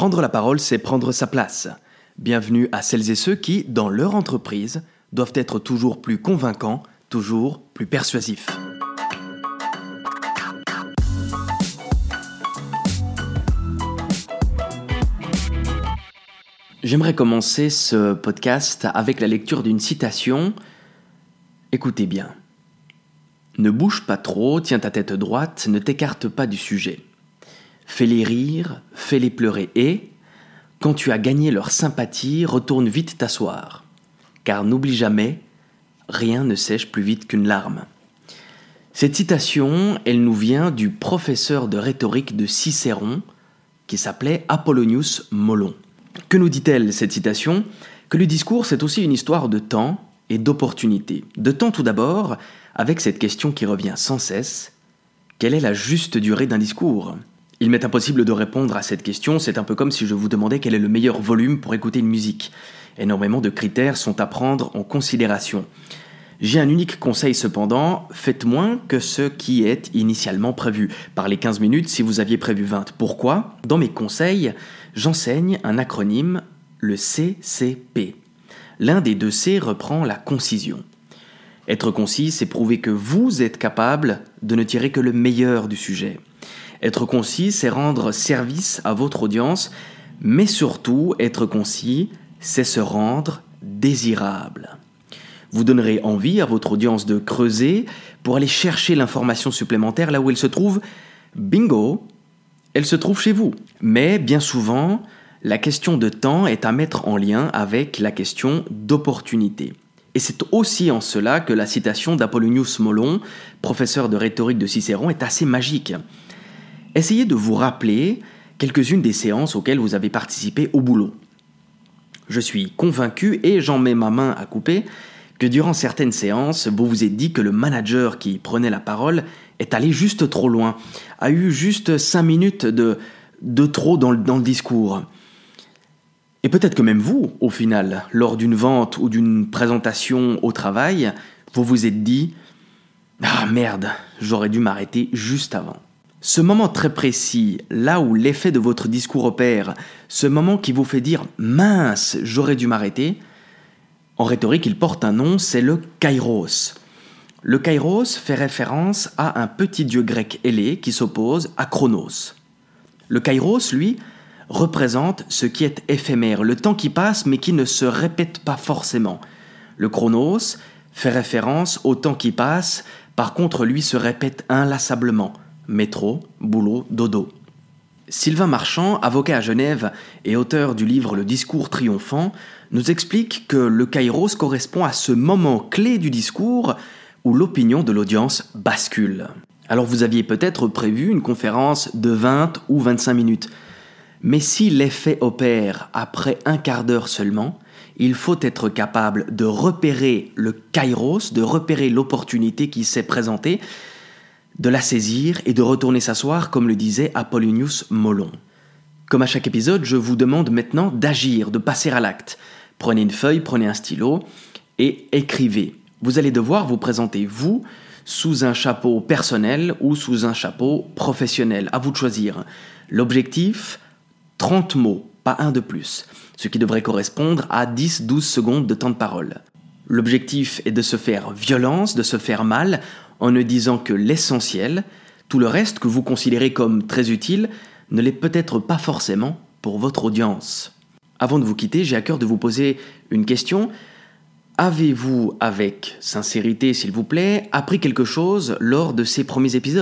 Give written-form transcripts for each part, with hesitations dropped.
Prendre la parole, c'est prendre sa place. Bienvenue à celles et ceux qui, dans leur entreprise, doivent être toujours plus convaincants, toujours plus persuasifs. J'aimerais commencer ce podcast avec la lecture d'une citation. Écoutez bien. Ne bouge pas trop, tiens ta tête droite, ne t'écarte pas du sujet. Fais-les rire, fais-les pleurer et, quand tu as gagné leur sympathie, retourne vite t'asseoir. Car n'oublie jamais, rien ne sèche plus vite qu'une larme. Cette citation, elle nous vient du professeur de rhétorique de Cicéron, qui s'appelait Apollonius Molon. Que nous dit-elle, cette citation ? Que le discours, c'est aussi une histoire de temps et d'opportunité. De temps tout d'abord, avec cette question qui revient sans cesse, quelle est la juste durée d'un discours ? Il m'est impossible de répondre à cette question, c'est un peu comme si je vous demandais quel est le meilleur volume pour écouter une musique. Énormément de critères sont à prendre en considération. J'ai un unique conseil cependant, faites moins que ce qui est initialement prévu. Parlez 15 minutes si vous aviez prévu 20. Pourquoi ? Dans mes conseils, j'enseigne un acronyme, le CCP. L'un des deux C reprend la concision. Être concis, c'est prouver que vous êtes capable de ne tirer que le meilleur du sujet. Être concis, c'est rendre service à votre audience, mais surtout, être concis, c'est se rendre désirable. Vous donnerez envie à votre audience de creuser pour aller chercher l'information supplémentaire là où elle se trouve. Bingo, elle se trouve chez vous. Mais bien souvent, la question de temps est à mettre en lien avec la question d'opportunité. Et c'est aussi en cela que la citation d'Apollonius Molon, professeur de rhétorique de Cicéron, est assez magique. Essayez de vous rappeler quelques-unes des séances auxquelles vous avez participé au boulot. Je suis convaincu, et j'en mets ma main à couper, que durant certaines séances, vous vous êtes dit que le manager qui prenait la parole est allé juste trop loin, a eu juste 5 minutes de trop dans le discours. Et peut-être que même vous, au final, lors d'une vente ou d'une présentation au travail, vous vous êtes dit « Ah merde, j'aurais dû m'arrêter juste avant ». Ce moment très précis, là où l'effet de votre discours opère, ce moment qui vous fait dire « mince, j'aurais dû m'arrêter », en rhétorique, il porte un nom, c'est le kairos. Le kairos fait référence à un petit dieu grec ailé qui s'oppose à Chronos. Le kairos, lui, représente ce qui est éphémère, le temps qui passe mais qui ne se répète pas forcément. Le chronos fait référence au temps qui passe, par contre lui se répète inlassablement. Métro, boulot, dodo. Sylvain Marchand, avocat à Genève et auteur du livre Le discours triomphant, nous explique que le kairos correspond à ce moment clé du discours où l'opinion de l'audience bascule. Alors vous aviez peut-être prévu une conférence de 20 ou 25 minutes. Mais si l'effet opère après un quart d'heure seulement, il faut être capable de repérer le kairos, de repérer l'opportunité qui s'est présentée, de la saisir et de retourner s'asseoir, comme le disait Apollonius Molon. Comme à chaque épisode, je vous demande maintenant d'agir, de passer à l'acte. Prenez une feuille, prenez un stylo et écrivez. Vous allez devoir vous présenter, vous, sous un chapeau personnel ou sous un chapeau professionnel. À vous de choisir. L'objectif, 30 mots, pas un de plus, ce qui devrait correspondre à 10-12 secondes de temps de parole. L'objectif est de se faire violence, de se faire mal, en ne disant que l'essentiel, tout le reste que vous considérez comme très utile, ne l'est peut-être pas forcément pour votre audience. Avant de vous quitter, j'ai à cœur de vous poser une question. Avez-vous, avec sincérité s'il vous plaît, appris quelque chose lors de ces premiers épisodes ?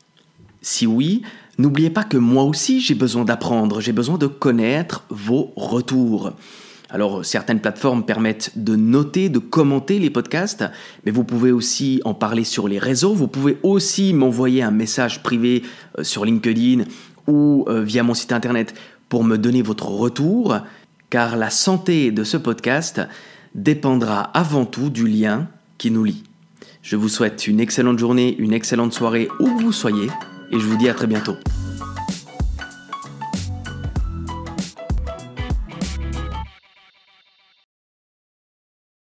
Si oui, n'oubliez pas que moi aussi j'ai besoin d'apprendre, j'ai besoin de connaître vos retours. Alors, certaines plateformes permettent de noter, de commenter les podcasts, mais vous pouvez aussi en parler sur les réseaux. Vous pouvez aussi m'envoyer un message privé sur LinkedIn ou via mon site internet pour me donner votre retour, car la santé de ce podcast dépendra avant tout du lien qui nous lie. Je vous souhaite une excellente journée, une excellente soirée où que vous soyez, et je vous dis à très bientôt.